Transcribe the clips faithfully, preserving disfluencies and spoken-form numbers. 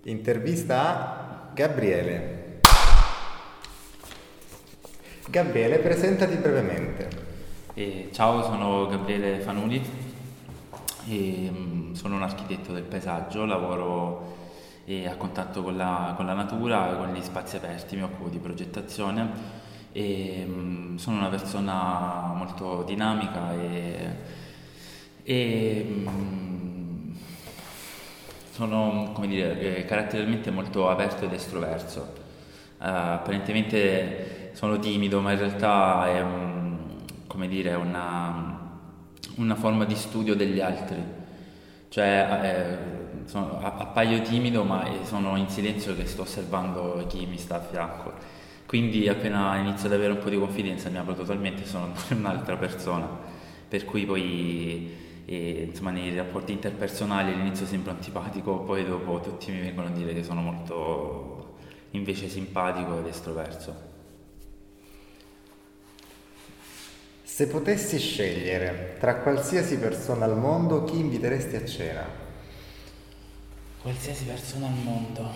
Intervista a Gabriele. Gabriele, presentati brevemente. Eh, ciao, sono Gabriele Fanuli, e, mm, sono un architetto del paesaggio, lavoro eh, a contatto con la, con la natura, con gli spazi aperti, mi occupo di progettazione e mm, sono una persona molto dinamica e, e mm, sono, come dire, eh, caratterialmente molto aperto ed estroverso. Eh, apparentemente sono timido, ma in realtà è un, come dire, una, una forma di studio degli altri. Cioè, eh, sono- a- appaio timido, ma eh, sono in silenzio che sto osservando chi mi sta a fianco. Quindi appena inizio ad avere un po' di confidenza mi apro totalmente, sono un'altra persona. Per cui poi e insomma nei rapporti interpersonali all'inizio sembro antipatico, poi dopo tutti mi vengono a dire che sono molto invece simpatico ed estroverso. Se potessi scegliere tra qualsiasi persona al mondo, chi inviteresti a cena? Qualsiasi persona al mondo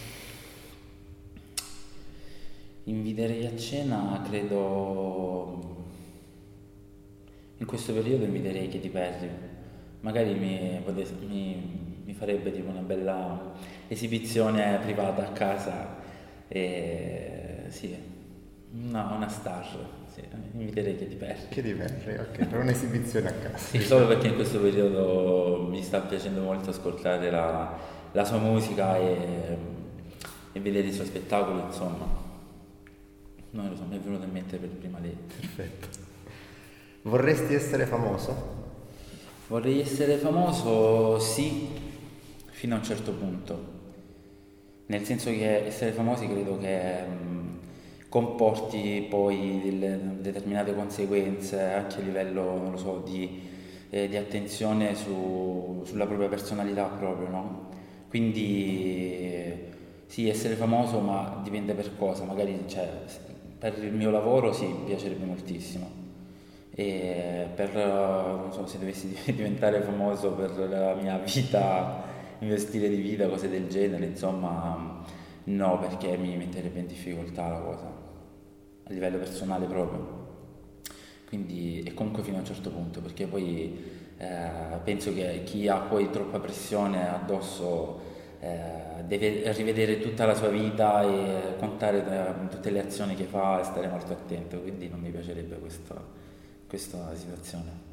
inviterei a cena, credo in questo periodo inviterei Katy Perry. Magari mi, potes- mi- mi farebbe tipo una bella esibizione privata a casa e sì, no, una star, sì, inviterei Katy Perry. Che diverso, ok, per un'esibizione a casa. Sì, solo perché in questo periodo mi sta piacendo molto ascoltare la, la sua musica e, e vedere i suoi spettacoli, insomma. Non lo so, mi è venuto in mente per prima lei. Perfetto. Vorresti essere famoso? Vorrei essere famoso, sì, fino a un certo punto. Nel senso che essere famosi credo che mh, comporti poi delle determinate conseguenze anche a livello, non lo so, di, eh, di attenzione su- sulla propria personalità proprio, no? Quindi eh, sì, essere famoso, ma dipende per cosa, magari cioè, per il mio lavoro sì, mi piacerebbe moltissimo. E per, eh, non so, se dovessi diventare famoso per la mia vita, il mio stile di vita, cose del genere, insomma, no, perché mi metterebbe in difficoltà la cosa, a livello personale proprio. Quindi, e comunque fino a un certo punto, perché poi eh, penso che chi ha poi troppa pressione addosso eh, deve rivedere tutta la sua vita e contare eh, tutte le azioni che fa e stare molto attento, quindi non mi piacerebbe questa, questa situazione.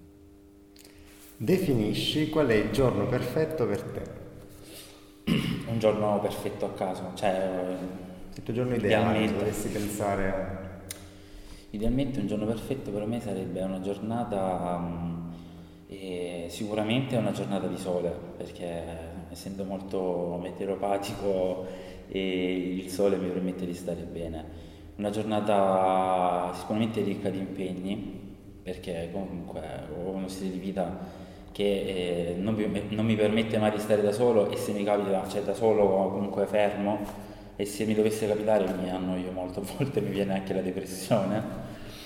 Definisci qual è il giorno perfetto per te. Un giorno perfetto a caso, cioè Il tuo giorno ideale, se idealmente. dovessi pensare a... Idealmente un giorno perfetto per me sarebbe una giornata, mm, e sicuramente una giornata di sole, perché essendo molto meteoropatico e il sole mi permette di stare bene. Una giornata sicuramente ricca di impegni, perché comunque ho uno stile di vita che eh, non, mi, non mi permette mai di stare da solo e se mi capita, cioè da solo o comunque fermo, e se mi dovesse capitare mi annoio molto, a volte mi viene anche la depressione.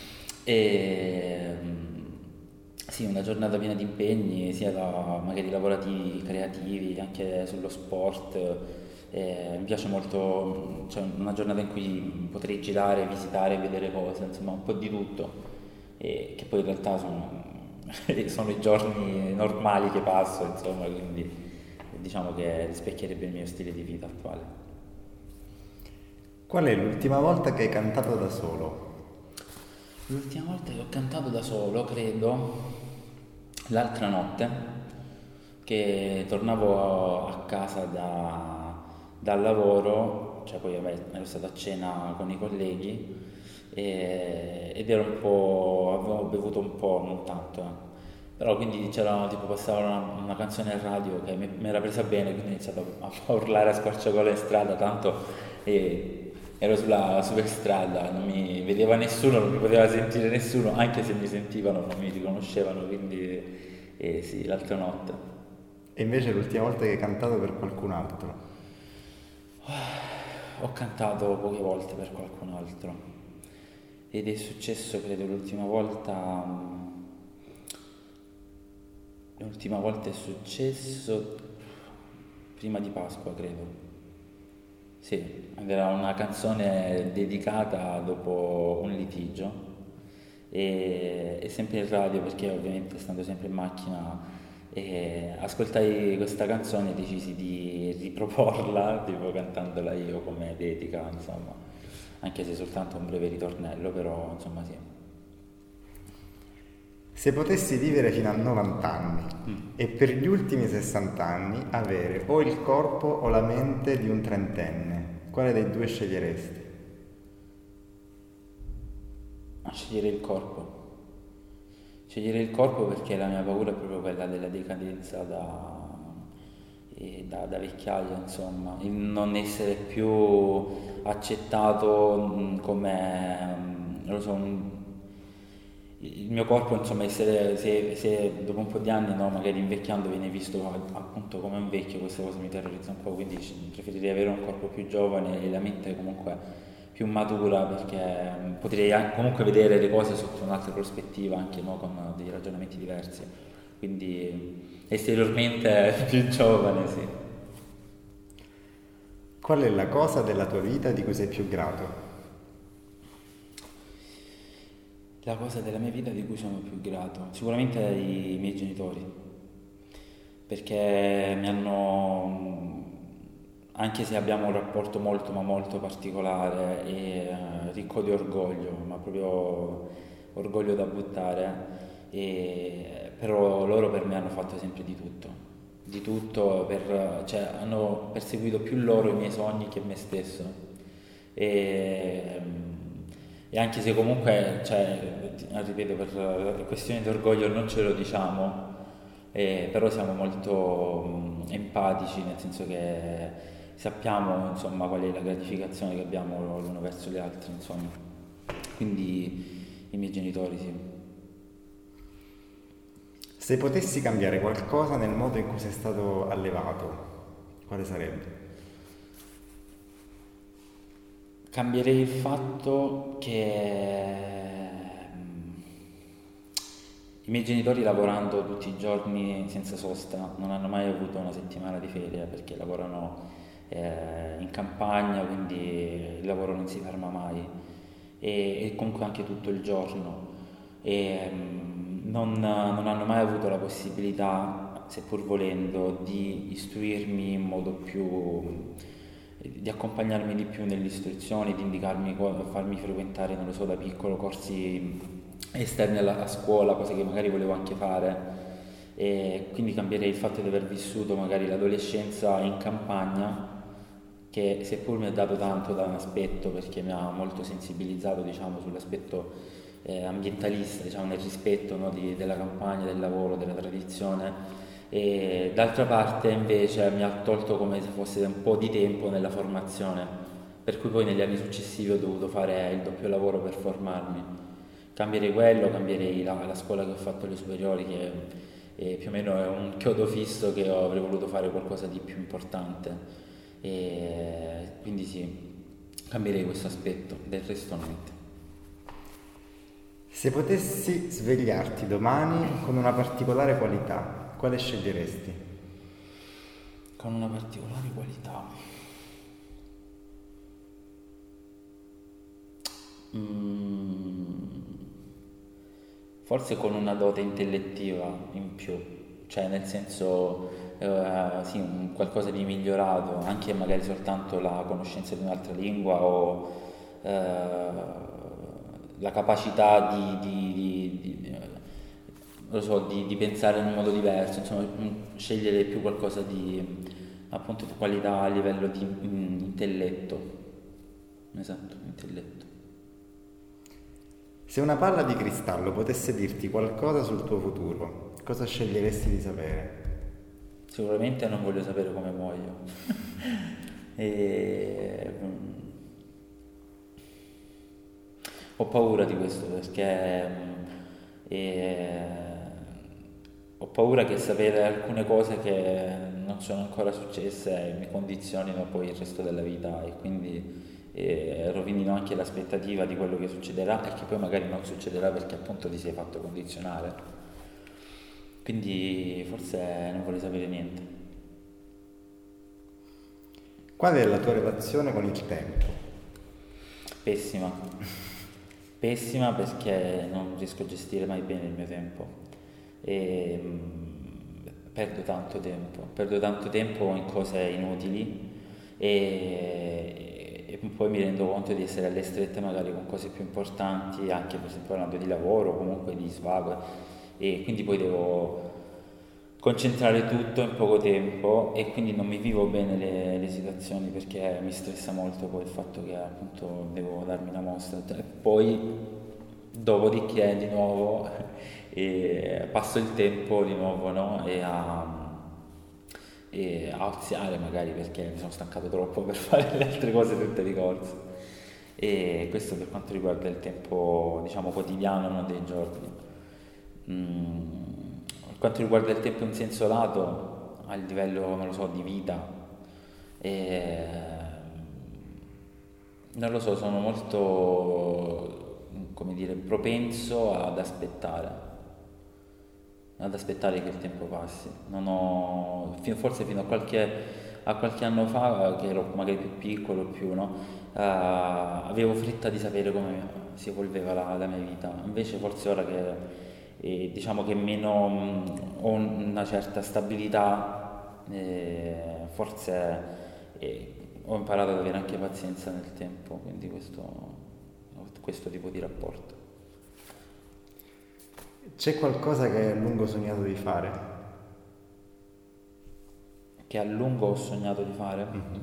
E mm, sì, una giornata piena di impegni, sia da, magari lavorativi, creativi, anche sullo sport. Eh, mi piace molto, cioè una giornata in cui potrei girare, visitare, vedere cose, insomma un po' di tutto, e che poi in realtà sono, sono i giorni normali che passo, insomma, quindi diciamo che rispecchierebbe il mio stile di vita attuale. Qual è l'ultima volta che hai cantato da solo? L'ultima volta che ho cantato da solo, credo, l'altra notte, che tornavo a casa da- dal lavoro, cioè poi vabbè, ero stato a cena con i colleghi e- ed ero un po', avevo bevuto un po', non tanto, eh. Però quindi c'era tipo passava una, una canzone al radio che mi, mi era presa bene, quindi ho iniziato a, a urlare a squarciagola in strada, tanto e ero sulla superstrada, non mi vedeva nessuno, non mi poteva sentire nessuno, anche se mi sentivano non mi riconoscevano, quindi eh, sì, l'altra notte. E invece l'ultima volta che hai cantato per qualcun altro? Ho cantato poche volte per qualcun altro ed è successo, credo, l'ultima volta. L'ultima volta è successo prima di Pasqua, credo. Sì, era una canzone dedicata dopo un litigio e, e sempre in radio perché ovviamente stando sempre in macchina e ascoltai questa canzone e decisi di riproporla, tipo cantandola io come dedica, insomma, anche se soltanto un breve ritornello, però insomma sì. Se potessi vivere fino a novanta anni e per gli ultimi sessanta anni avere o il corpo o la mente di un trentenne, quale dei due sceglieresti? A scegliere il corpo. Scegliere il corpo perché la mia paura è proprio quella della decadenza da, e da, da vecchiaia, insomma, il non essere più accettato mh, come, mh, non lo so, un- il mio corpo, insomma, essere, se, se dopo un po' di anni, no, magari invecchiando viene visto come- appunto come un vecchio, questa cosa mi terrorizza un po', quindi c- preferirei avere un corpo più giovane e la mente comunque più matura perché mh, potrei an- comunque vedere le cose sotto un'altra prospettiva, anche no, con dei ragionamenti diversi, quindi esteriormente più giovane, sì. Qual è la cosa della tua vita di cui sei più grato? La cosa della mia vita di cui sono più grato, sicuramente ai miei genitori, perché mi hanno, anche se abbiamo un rapporto molto ma molto particolare e eh, ricco di orgoglio, ma proprio orgoglio da buttare, e, però loro per me hanno fatto sempre di tutto, di tutto, per, cioè hanno perseguito più loro i miei sogni che me stesso. E, e anche se comunque, cioè, ripeto, per questioni di orgoglio non ce lo diciamo, eh, però siamo molto mh, empatici, nel senso che sappiamo insomma qual è la gratificazione che abbiamo l'uno verso gli altri, insomma. Quindi i miei genitori sì. Se potessi cambiare qualcosa nel modo in cui sei stato allevato, quale sarebbe? Cambierei il fatto che mm, i miei genitori lavorando tutti i giorni senza sosta non hanno mai avuto una settimana di ferie perché lavorano eh, in campagna, quindi il lavoro non si ferma mai e, e comunque anche tutto il giorno e mm, non, non hanno mai avuto la possibilità, seppur volendo, di istruirmi in modo più di accompagnarmi di più nelle istruzioni, di indicarmi, co- farmi frequentare, non lo so, da piccolo corsi esterni alla a scuola, cose che magari volevo anche fare. E quindi cambierei il fatto di aver vissuto magari l'adolescenza in campagna, che seppur mi ha dato tanto da un aspetto, perché mi ha molto sensibilizzato, diciamo, sull'aspetto eh, ambientalista, diciamo, nel rispetto no, di- della campagna, del lavoro, della tradizione, e d'altra parte invece mi ha tolto come se fosse un po' di tempo nella formazione, per cui poi negli anni successivi ho dovuto fare il doppio lavoro per formarmi. Cambierei quello, cambierei la, la scuola che ho fatto alle superiori, che è, più o meno è un chiodo fisso che ho- avrei voluto fare qualcosa di più importante. E quindi sì, cambierei questo aspetto, del resto niente. Se potessi svegliarti domani con una particolare qualità, quale sceglieresti? Con una particolare qualità. Mm, forse con una dote intellettiva in più, cioè nel senso eh, sì, un qualcosa di migliorato, anche magari soltanto la conoscenza di un'altra lingua o eh, la capacità di, di- di- di- eh, non lo so, di, di pensare in un modo diverso, insomma, mm, scegliere più qualcosa di appunto di qualità a livello di mm, intelletto. Esatto, intelletto. Se una palla di cristallo potesse dirti qualcosa sul tuo futuro, cosa sceglieresti di sapere? Sicuramente non voglio sapere come muoio. E, mm, ho paura di questo perché mm, e, ho paura che sapere alcune cose che non sono ancora successe mi condizionino poi il resto della vita e quindi eh, rovinino anche l'aspettativa di quello che succederà e che poi magari non succederà perché appunto ti sei fatto condizionare. Quindi forse non vorrei sapere niente. Qual è la tua relazione con il tempo? Pessima. Pessima perché non riesco a gestire mai bene il mio tempo. E, mh, perdo tanto tempo. Perdo tanto tempo in cose inutili e, e poi mi rendo conto di essere alle strette magari con cose più importanti, anche per esempio parlando di lavoro o comunque di svago. E quindi poi devo concentrare tutto in poco tempo e quindi non mi vivo bene le, le situazioni perché mi stressa molto poi il fatto che appunto devo darmi una mossa e poi dopodiché di nuovo e passo il tempo di nuovo, no? e, a, e a oziare magari perché mi sono stancato troppo per fare le altre cose tutte di corsa. E questo per quanto riguarda il tempo diciamo quotidiano, non dei giorni. Mm. Per quanto riguarda il tempo in senso lato, a livello, non lo so, di vita, eh, non lo so, sono molto, come dire, propenso ad aspettare, ad aspettare che il tempo passi. Non ho, forse fino a qualche, a qualche anno fa, che ero magari più piccolo, più, no? Uh, avevo fretta di sapere come si evolveva la, la mia vita, invece forse ora che e diciamo che meno mh, ho una certa stabilità, eh, forse eh, ho imparato ad avere anche pazienza nel tempo, quindi questo, questo tipo di rapporto. C'è qualcosa che hai a lungo sognato di fare? Che a lungo ho sognato di fare? Mm-hmm.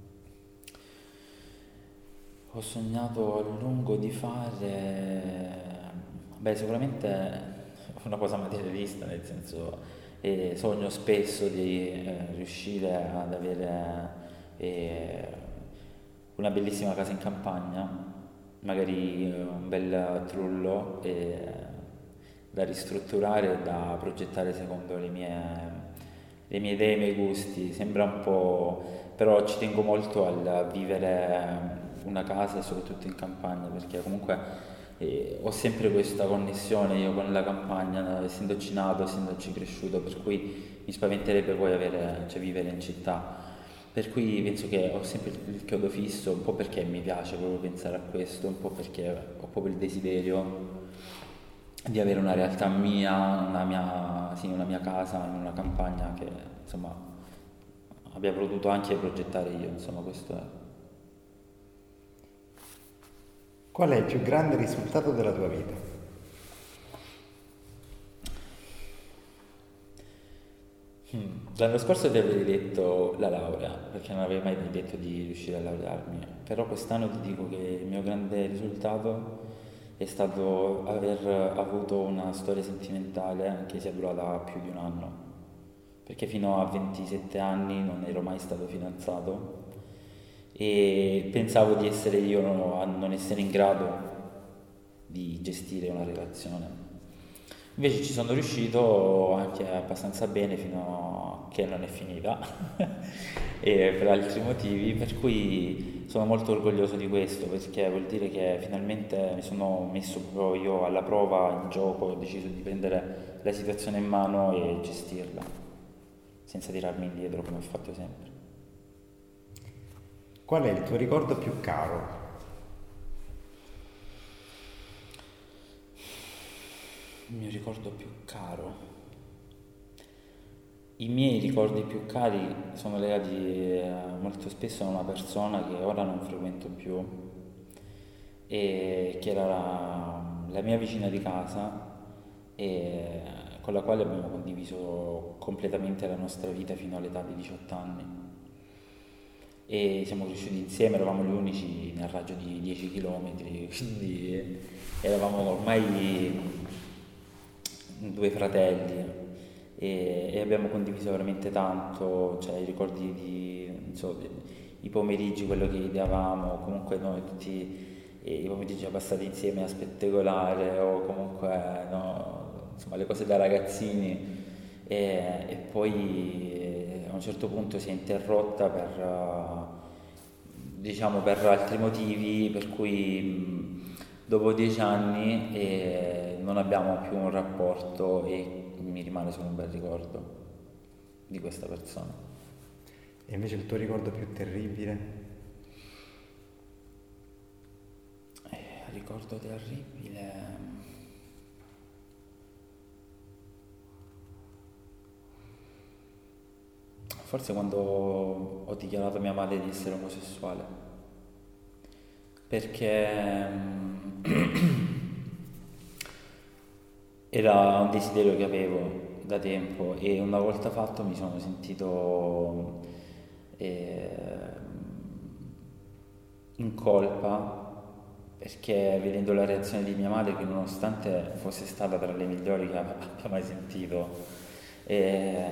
Ho sognato a lungo di fare, beh, sicuramente una cosa materialista, nel senso eh, sogno spesso di eh, riuscire ad avere eh, una bellissima casa in campagna, magari eh, un bel trullo eh, da ristrutturare e da progettare secondo le mie, le mie idee e i miei gusti. Sembra un po', però ci tengo molto al vivere una casa e soprattutto in campagna perché comunque e ho sempre questa connessione io con la campagna, essendoci nato, essendoci cresciuto, per cui mi spaventerebbe poi avere, cioè vivere in città. Per cui penso che ho sempre il chiodo fisso, un po' perché mi piace proprio pensare a questo, un po' perché ho proprio il desiderio di avere una realtà mia, una mia, sì, una mia casa in una campagna che insomma abbia potuto anche progettare io, insomma questo è. Qual è il più grande risultato della tua vita? Hmm. L'anno scorso ti avevo detto la laurea, perché non avevo mai detto di riuscire a laurearmi, però quest'anno ti dico che il mio grande risultato è stato aver avuto una storia sentimentale, anche se è durata più di un anno, perché fino a ventisette anni non ero mai stato fidanzato e pensavo di essere io a non essere in grado di gestire una relazione. Invece ci sono riuscito anche abbastanza bene fino a che non è finita e per altri motivi, per cui sono molto orgoglioso di questo perché vuol dire che finalmente mi sono messo proprio io alla prova in gioco, ho deciso di prendere la situazione in mano e gestirla senza tirarmi indietro come ho fatto sempre. Qual è il tuo ricordo più caro? Il mio ricordo più caro? I miei ricordi più cari sono legati eh, molto spesso a una persona che ora non frequento più e che era la, la mia vicina di casa e con la quale abbiamo condiviso completamente la nostra vita fino all'età di diciotto anni. E siamo cresciuti insieme, eravamo gli unici nel raggio di dieci chilometri, quindi eravamo ormai due fratelli e, e abbiamo condiviso veramente tanto, cioè i ricordi di insomma, i pomeriggi, quello che ideavamo, comunque noi tutti i pomeriggi passati insieme a spettacolare o comunque no, insomma le cose da ragazzini e, e poi a un certo punto si è interrotta per diciamo per altri motivi per cui dopo dieci anni eh, non abbiamo più un rapporto e mi rimane solo un bel ricordo di questa persona. E invece il tuo ricordo più terribile? Eh, ricordo terribile. Forse quando ho dichiarato a mia madre di essere omosessuale. Perché era un desiderio che avevo da tempo e una volta fatto mi sono sentito eh, in colpa, perché vedendo la reazione di mia madre, che nonostante fosse stata tra le migliori che abbia mai sentito, eh,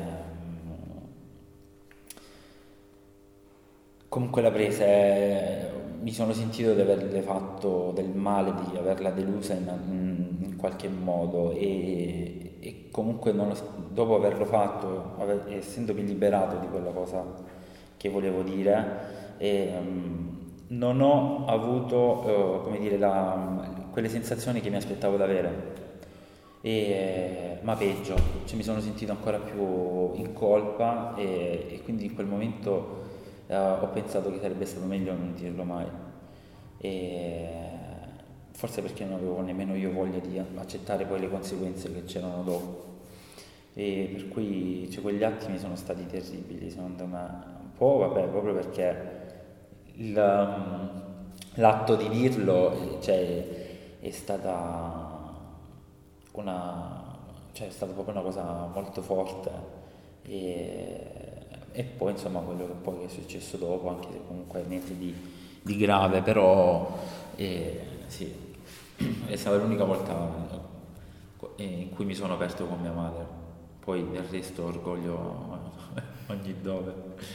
comunque la presa, eh, mi sono sentito di averle fatto del male, di averla delusa in, in qualche modo e, e comunque non, dopo averlo fatto, ave- essendomi liberato di quella cosa che volevo dire, e, um, non ho avuto, eh, come dire, la- quelle sensazioni che mi aspettavo di avere. E, ma peggio, cioè mi sono sentito ancora più in colpa e, e quindi in quel momento eh, ho pensato che sarebbe stato meglio non dirlo mai. E forse perché non avevo nemmeno io voglia di accettare poi le conseguenze che c'erano dopo. E per cui cioè, quegli attimi sono stati terribili, secondo me. Un po', vabbè, proprio perché il, um, l'atto di dirlo, cioè, è stata una, cioè, è stata proprio una cosa molto forte e, e poi insomma quello che poi è successo dopo, anche se comunque niente di, di grave, però eh, sì, è stata l'unica volta in cui mi sono aperto con mia madre, poi del resto orgoglio ogni dove.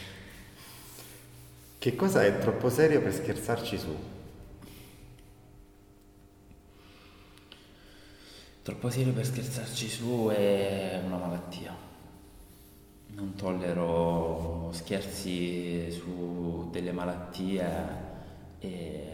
Che cosa è troppo serio per scherzarci su? Troppo serio per scherzarci su è una malattia. Non tollero scherzi su delle malattie e-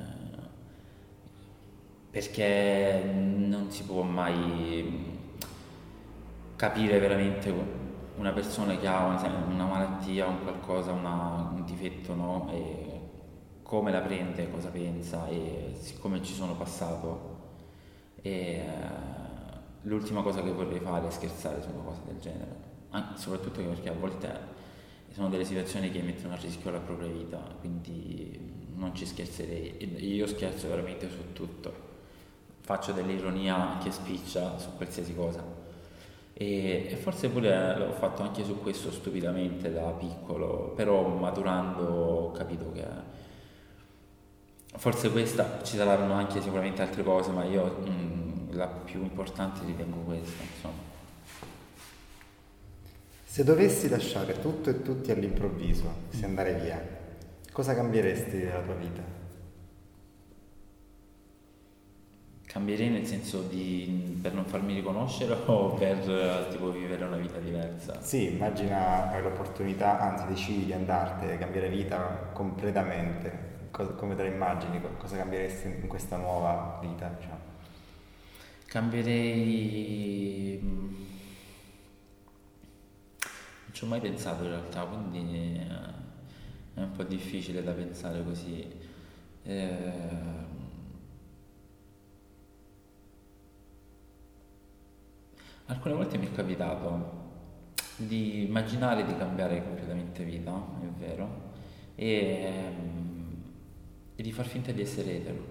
perché non si può mai capire veramente una persona che ha una, una malattia, un qualcosa, una- un difetto, no? E come la prende, cosa pensa e siccome ci sono passato e eh, l'ultima cosa che vorrei fare è scherzare su una cosa del genere, An- soprattutto perché a volte sono delle situazioni che mettono a rischio la propria vita, quindi non ci scherzerei. E io scherzo veramente su tutto, faccio dell'ironia che spiccia su qualsiasi cosa. E, e forse pure l'ho fatto anche su questo stupidamente da piccolo, però maturando ho capito che forse questa, ci saranno anche sicuramente altre cose, ma io mm, la più importante ritengo questa, insomma. Se dovessi lasciare tutto e tutti all'improvviso, se andare via, cosa cambieresti della tua vita? Cambierei nel senso di per non farmi riconoscere o per eh, tipo vivere una vita diversa? Sì, immagina hai l'opportunità, anzi decidi di andartene, cambiare vita completamente. Co- come te la immagini? Co- Cosa cambieresti in questa nuova vita, diciamo? Cambierei... mm, non ci ho mai pensato in realtà, quindi eh, è un po' difficile da pensare così. Eh, Alcune volte mi è capitato di immaginare di cambiare completamente vita, è vero, e, ehm, e di far finta di essere etero.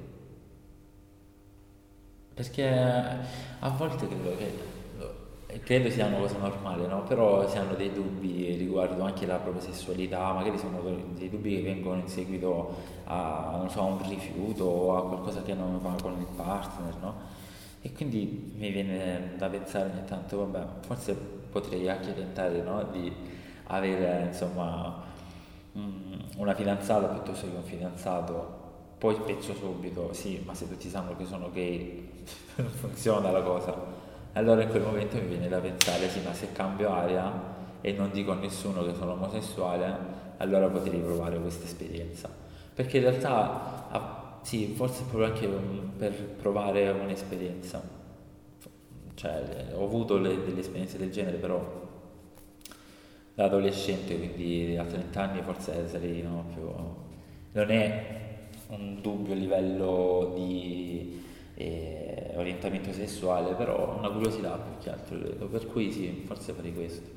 Perché a volte credo che e credo sia una cosa normale, no? Però si hanno dei dubbi riguardo anche la propria sessualità, magari sono dei dubbi che vengono in seguito a, non so, a un rifiuto o a qualcosa che non va con il partner, no? E quindi mi viene da pensare ogni tanto, vabbè, forse potrei anche tentare, no? Di avere, insomma, mm, una fidanzata piuttosto che un fidanzato. Poi penso subito, sì, ma se tutti sanno che sono gay, non funziona la cosa. Allora in quel momento mi viene da pensare, sì, ma se cambio aria e non dico a nessuno che sono omosessuale, allora potrei provare questa esperienza. Perché in realtà, ah, sì, forse è proprio anche un- per provare un'esperienza. Cioè, ho avuto le- delle esperienze del genere, però da adolescente, quindi a trenta anni forse sarei no, più... Non è un dubbio a livello di eh, orientamento sessuale, però una curiosità più che altro, credo. Per cui sì, forse farei questo.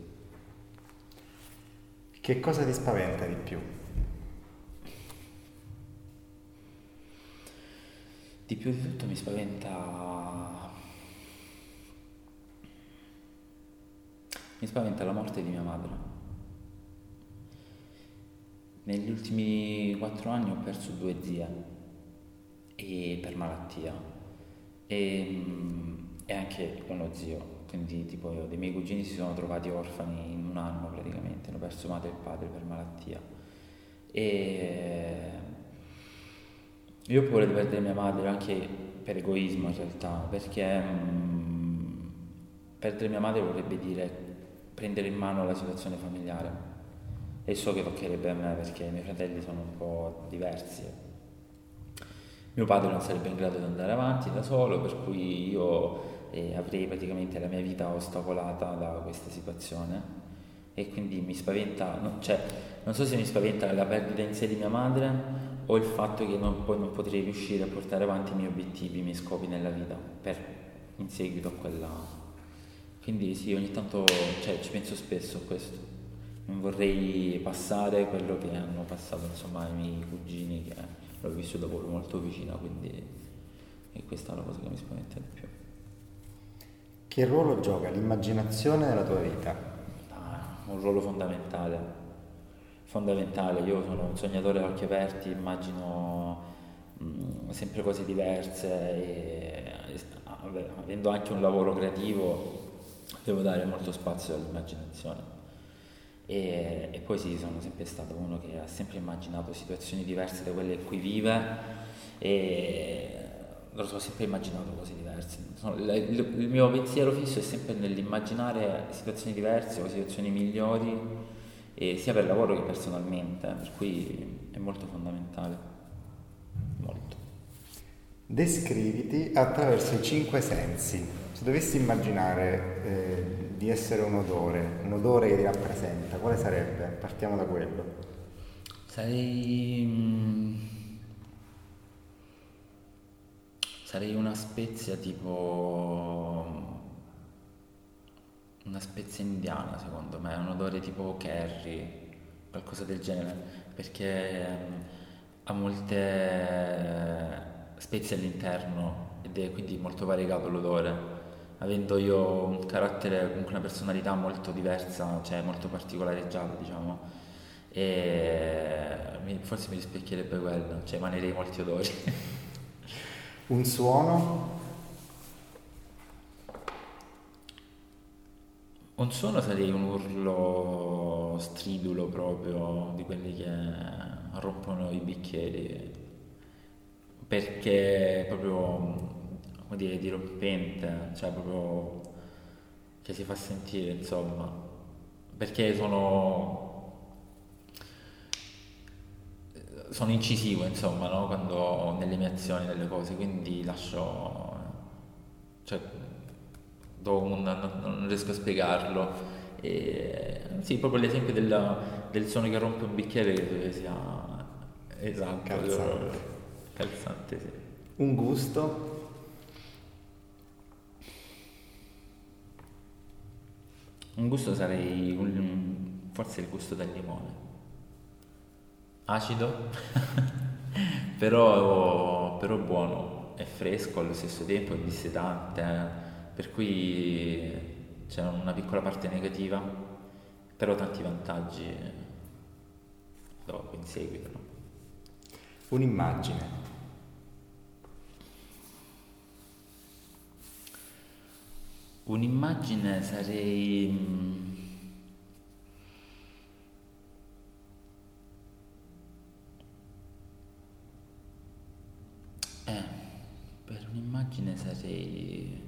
Che cosa ti spaventa di più? Di più di tutto mi spaventa... Mi spaventa la morte di mia madre. Negli ultimi quattro anni ho perso due zie e per malattia e, e anche uno zio, quindi tipo dei miei cugini si sono trovati orfani in un anno praticamente, hanno perso madre e padre per malattia. E io ho paura di perdere mia madre anche per egoismo in realtà, perché mm, perdere mia madre vorrebbe dire prendere in mano la situazione familiare e so che toccherebbe a me perché i miei fratelli sono un po' diversi. Mio padre non sarebbe in grado di andare avanti da solo, per cui io eh, avrei praticamente la mia vita ostacolata da questa situazione e quindi mi spaventa, no, cioè non so se mi spaventa la perdita in sé di mia madre o il fatto che non, poi non potrei riuscire a portare avanti i miei obiettivi, i miei scopi nella vita per, in seguito a quella. Quindi sì, ogni tanto cioè, ci penso spesso a questo. Non vorrei passare quello che hanno passato insomma i miei cugini, che l'ho vissuto proprio molto vicino, quindi e questa è la cosa che mi spaventa di più. Che ruolo gioca l'immaginazione nella tua vita? Ah, un ruolo fondamentale, fondamentale. Io sono un sognatore a occhi aperti, immagino mh, sempre cose diverse e, e avendo anche un lavoro creativo devo dare molto spazio all'immaginazione. E, e poi sì, sono sempre stato uno che ha sempre immaginato situazioni diverse da quelle in cui vive e lo so, ho sempre immaginato cose diverse. Il, il mio pensiero fisso è sempre nell'immaginare situazioni diverse o situazioni migliori, e sia per lavoro che personalmente, per cui è molto fondamentale. Molto. Descriviti attraverso i cinque sensi. Se dovessi immaginare eh, di essere un odore, un odore che ti rappresenta, quale sarebbe? Partiamo da quello. Sarei... mm, sarei una spezia tipo... una spezia indiana secondo me, un odore tipo curry, qualcosa del genere, perché mm, ha molte spezie all'interno ed è quindi molto variegato l'odore. Avendo io un carattere, comunque una personalità molto diversa, cioè molto particolareggiata, diciamo, e mi- forse mi rispecchierebbe quello, cioè emanerei molti odori. Un suono, Un suono sarei un urlo stridulo proprio, di quelli che rompono i bicchieri, perché è proprio, come dire, dirompente, cioè proprio che si fa sentire, insomma, perché sono, sono incisivo, insomma, no? Quando nelle mie azioni, nelle cose, quindi lascio, cioè, do un, non, non riesco a spiegarlo. E, sì, proprio l'esempio del, del suono che rompe un bicchiere credo che sia esatto, calzante. calzante, sì. Un gusto, Un gusto sarei un- forse il gusto del limone. Acido, però, però buono, è fresco allo stesso tempo, è dissetante, eh. Per cui c'è una piccola parte negativa, però tanti vantaggi dopo, in seguito, no? un'immagine, Un'immagine sarei... mm, Eh, per un'immagine sarei...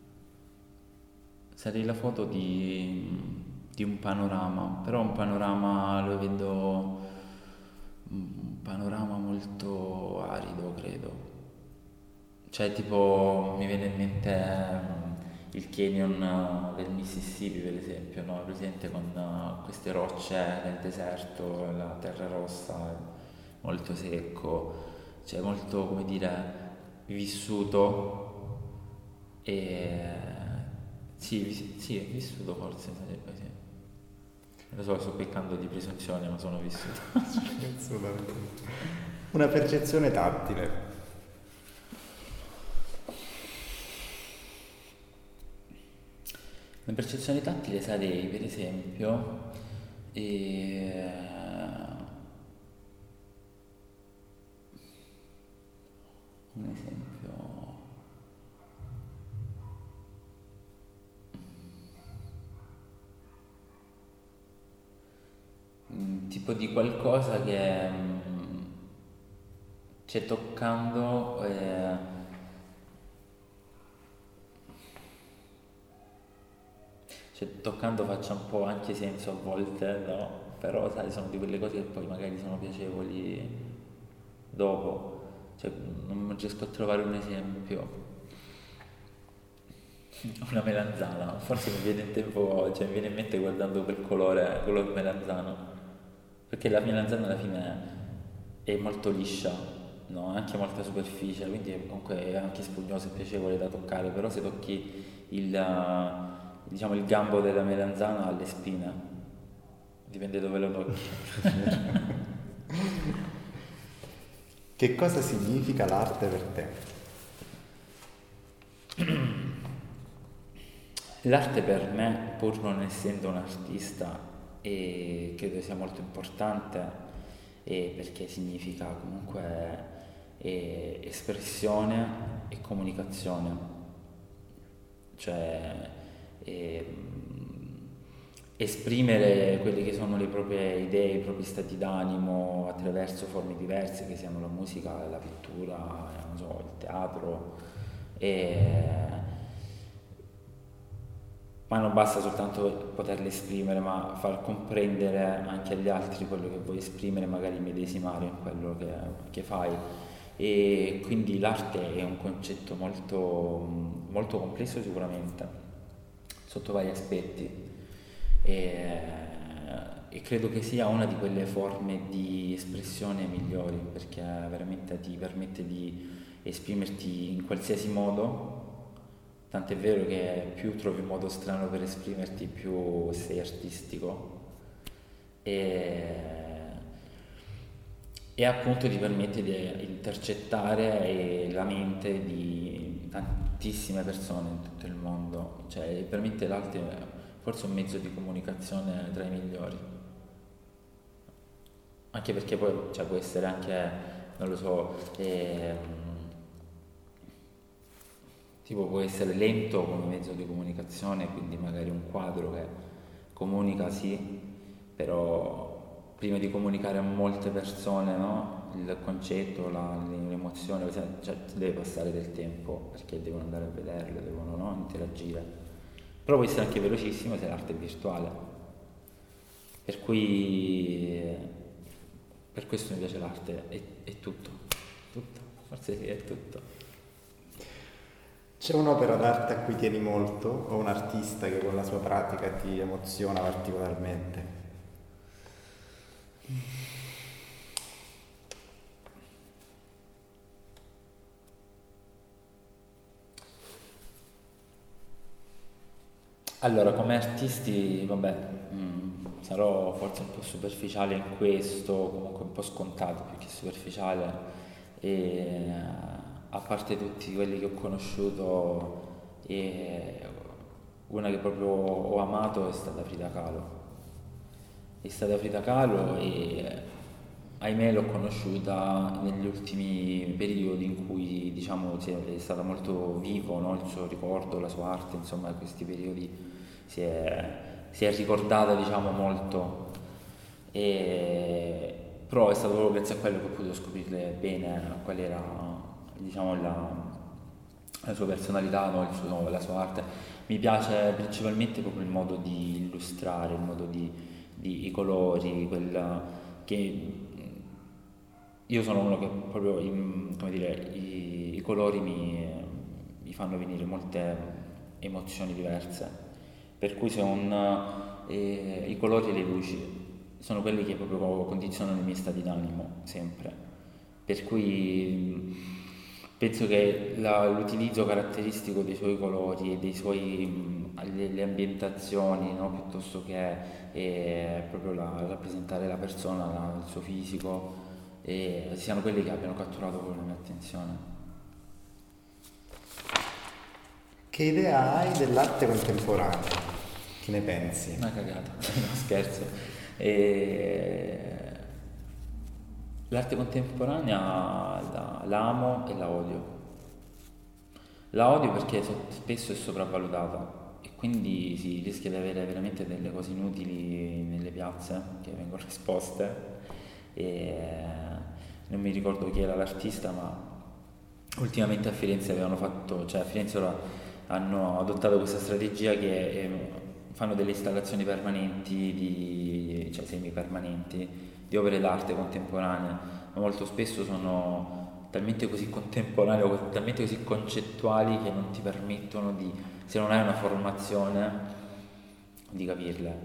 Sarei la foto di, di un panorama, però un panorama lo vedo un panorama molto arido, credo. Cioè, tipo, mi viene in mente mm, il canyon del Mississippi, per esempio, no? Presente con uh, queste rocce nel deserto, la terra rossa, molto secco, cioè molto, come dire, vissuto e sì, vis- sì, vissuto forse sarebbe, sì. Lo so, sto peccando di presunzione, ma sono vissuto. Assolutamente. Una percezione tattile. La percezione tattile sarei, per esempio, eh, un esempio, un tipo di qualcosa che mm, c'è toccando, eh, cioè, toccando faccia un po' anche senso a volte, no? Però sai, sono di quelle cose che poi magari sono piacevoli dopo. Cioè, non riesco a trovare un esempio. Una melanzana, forse mi viene in tempo, cioè mi viene in mente guardando quel colore, color melanzano. Perché la melanzana alla fine è molto liscia, no? Ha anche molta superficie, quindi comunque è anche spugnosa e piacevole da toccare, però se tocchi il, diciamo, il gambo della melanzana ha le spine, dipende dove lo tocchi. Che cosa significa l'arte per te? L'arte per me, pur non essendo un artista, e credo sia molto importante, e perché significa comunque eh, espressione e comunicazione, cioè eh, esprimere quelle che sono le proprie idee, i propri stati d'animo attraverso forme diverse, che siano la musica, la pittura, non so, il teatro. E, ma non basta soltanto poterle esprimere, ma far comprendere anche agli altri quello che vuoi esprimere, magari medesimare in quello che, che fai. E quindi l'arte è un concetto molto, molto complesso sicuramente, sotto vari aspetti. E, e credo che sia una di quelle forme di espressione migliori, perché veramente ti permette di esprimerti in qualsiasi modo. Tant'è vero che più trovi un modo strano per esprimerti, più sei artistico e, e appunto ti permette di intercettare la mente di tantissime persone in tutto il mondo, cioè permette l'arte forse un mezzo di comunicazione tra i migliori, anche perché poi cioè, può essere anche, non lo so, eh, tipo può essere lento come mezzo di comunicazione, quindi magari un quadro che comunica sì, però prima di comunicare a molte persone, no? Il concetto, la, l'emozione, cioè deve passare del tempo perché devono andare a vederlo, devono, no? Interagire. Però può essere anche velocissimo se l'arte è virtuale. Per cui per questo mi piace l'arte, è, è tutto, tutto, forse sì, è tutto. C'è un'opera d'arte a cui tieni molto o un artista che con la sua pratica ti emoziona particolarmente? Allora, come artisti, vabbè, mh, sarò forse un po' superficiale in questo, comunque un po' scontato più che superficiale, e a parte tutti quelli che ho conosciuto, e una che proprio ho amato è stata Frida Kahlo. È stata Frida Kahlo e ahimè l'ho conosciuta negli ultimi periodi in cui diciamo è stata molto vivo, no? Il suo ricordo, la sua arte, insomma in questi periodi si è, si è ricordata diciamo molto, e, però è stato proprio grazie a quello che ho potuto scoprire bene qual era diciamo la, la sua personalità, no? Il suo, la sua arte. Mi piace principalmente proprio il modo di illustrare, il modo di, di i colori, quella che io sono uno che proprio, come dire, i, i colori mi, mi fanno venire molte, emozioni diverse, per cui se un, eh, i colori e le luci sono quelli che proprio condizionano i miei stati d'animo sempre, per cui penso che la, l'utilizzo caratteristico dei suoi colori e dei suoi, le, le ambientazioni, no? Piuttosto che eh, proprio la, rappresentare la persona, la, il suo fisico, e siano quelli che abbiano catturato proprio la mia attenzione. Che idea hai dell'arte contemporanea? Che ne pensi? Una cagata, no scherzo. E... L'arte contemporanea la, la amo e la odio. La odio perché so, spesso è sopravvalutata e quindi si rischia di avere veramente delle cose inutili nelle piazze che vengono esposte. E non mi ricordo chi era l'artista, ma ultimamente a Firenze avevano fatto, cioè a Firenze ora hanno adottato questa strategia che eh, fanno delle installazioni permanenti, di, cioè semi-permanenti, di opere d'arte contemporanee, ma molto spesso sono talmente così contemporanee o talmente così concettuali che non ti permettono di, se non hai una formazione, di capirle.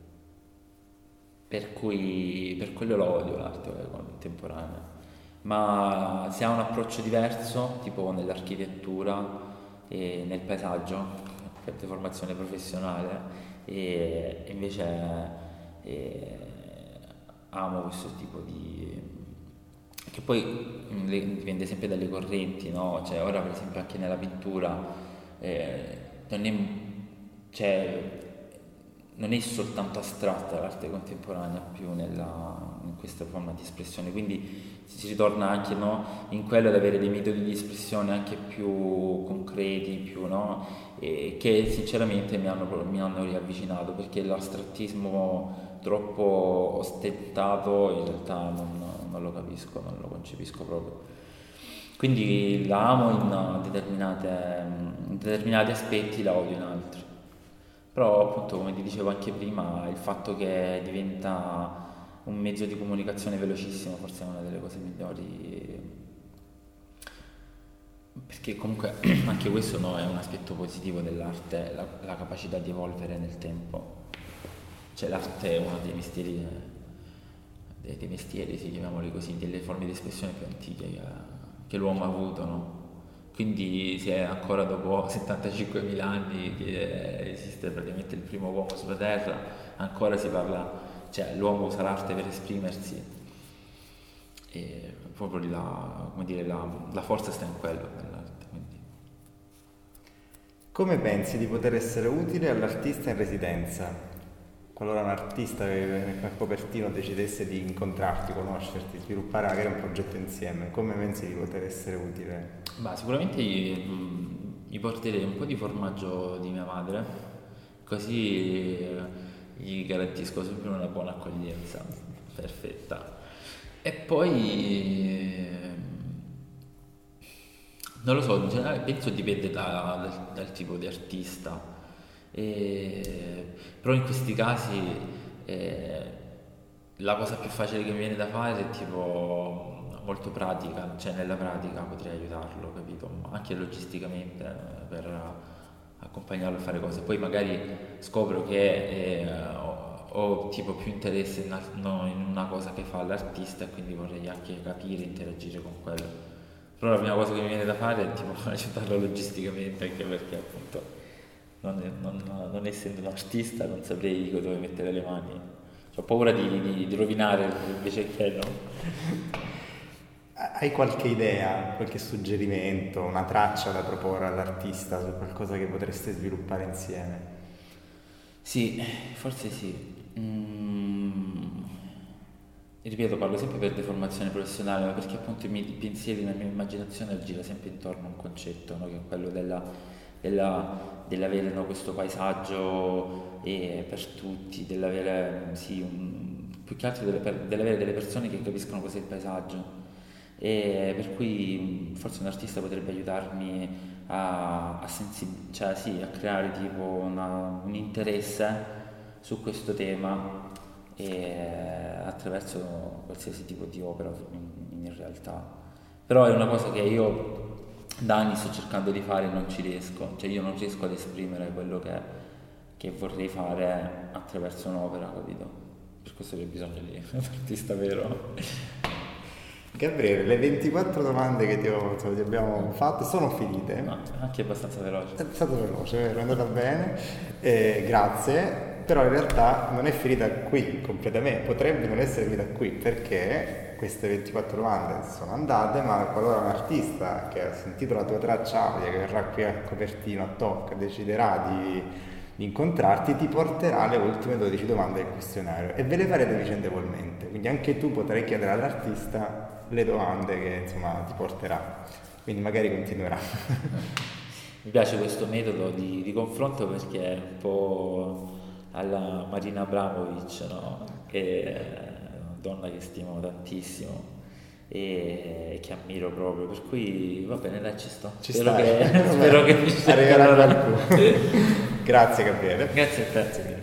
Per cui per quello lo odio l'arte contemporanea. Ma se ha un approccio diverso, tipo nell'architettura e nel paesaggio, per formazione professionale, e invece e, amo questo tipo di... che poi dipende sempre dalle correnti, no? Cioè ora per esempio anche nella pittura eh, non è, cioè, non è soltanto astratta l'arte contemporanea più nella, in questa forma di espressione, quindi si ritorna anche, no, in quello ad avere dei metodi di espressione anche più concreti, più, no, e che sinceramente mi hanno, mi hanno riavvicinato, perché l'astrattismo troppo ostentato in realtà non, non lo capisco, non lo concepisco proprio. Quindi la amo in determinate, in determinati aspetti, la odio in altri. Però appunto, come ti dicevo anche prima, il fatto che diventa un mezzo di comunicazione velocissimo forse è una delle cose migliori, perché comunque anche questo, no, è un aspetto positivo dell'arte, la, la capacità di evolvere nel tempo. Cioè l'arte è uno dei mestieri, dei, dei mestieri, sì, chiamiamoli così, delle forme di espressione più antiche che, che l'uomo ha avuto, no? Quindi se ancora dopo settantacinquemila anni che esiste praticamente il primo uomo sulla Terra, ancora si parla, cioè l'uomo usa l'arte per esprimersi, e proprio la, come dire, la, la forza sta in quello nell'arte. Quindi. Come pensi di poter essere utile all'artista in residenza? Qualora un artista nel copertino decidesse di incontrarti, conoscerti, sviluppare magari un progetto insieme, come pensi di poter essere utile? Bah, sicuramente gli, gli porterei un po' di formaggio di mia madre, così gli garantisco sempre una buona accoglienza, perfetta. E poi non lo so, in generale penso dipende da, dal, dal tipo di artista. E, però in questi casi eh, la cosa più facile che mi viene da fare è tipo molto pratica, cioè nella pratica potrei aiutarlo, capito? Anche logisticamente eh, per accompagnarlo a fare cose. Poi magari scopro che eh, ho, ho tipo più interesse in, no, in una cosa che fa l'artista e quindi vorrei anche capire, interagire con quello. Però la prima cosa che mi viene da fare è tipo aiutarlo logisticamente, anche perché appunto Non, non, non essendo un artista non saprei dove mettere le mani, ho paura di, di, di rovinare invece che no. Hai qualche idea, qualche suggerimento, una traccia da proporre all'artista su qualcosa che potreste sviluppare insieme? Sì, forse sì. Mm. Ripeto, parlo sempre per deformazione professionale, ma perché appunto i miei pensieri, la mia immaginazione gira sempre intorno a un concetto, no? Che è quello della, della dell'avere, no, questo paesaggio eh, per tutti, dell'avere, sì, un, più che altro delle, per, dell'avere delle persone che capiscono cos'è il paesaggio, e per cui forse un artista potrebbe aiutarmi a, a, sensi- cioè, sì, a creare tipo una, un interesse su questo tema e, attraverso qualsiasi tipo di opera in, in realtà. Però è una cosa che io da anni sto cercando di fare e non ci riesco, cioè io non riesco ad esprimere quello che, che vorrei fare attraverso un'opera, capito? Per questo c'è bisogno di un artista vero. Gabriele, le ventiquattro domande che ti, ho, insomma, ti abbiamo fatto sono finite. No, anche abbastanza veloce. È stato veloce, è andata bene, eh, grazie. Però in realtà non è finita qui completamente, potrebbe non essere finita qui, perché queste ventiquattro domande sono andate, ma qualora un artista che ha sentito la tua traccia audio, che verrà qui a copertino, a talk, deciderà di, di incontrarti, ti porterà le ultime dodici domande del questionario e ve le farete vicendevolmente. Quindi anche tu potrai chiedere all'artista le domande che insomma ti porterà, quindi magari continuerà. Mi piace questo metodo di, di confronto perché è un po' alla Marina Abramovic, no? Che è una donna che stimo tantissimo e che ammiro proprio, per cui va bene, dai, ci sto. Ci spero, stai. che, spero che mi arriverà qualcuno. Grazie Gabriele. Grazie a te.